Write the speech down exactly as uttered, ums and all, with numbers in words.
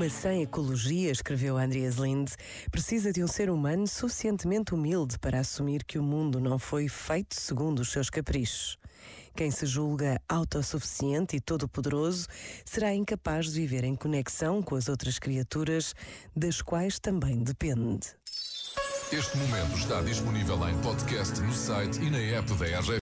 Uma sem ecologia, escreveu Andreas Linde, precisa de um ser humano suficientemente humilde para assumir que o mundo não foi feito segundo os seus caprichos. Quem se julga autossuficiente e todo-poderoso será incapaz de viver em conexão com as outras criaturas, das quais também depende. Este momento está disponível em podcast no site e na app da R G F.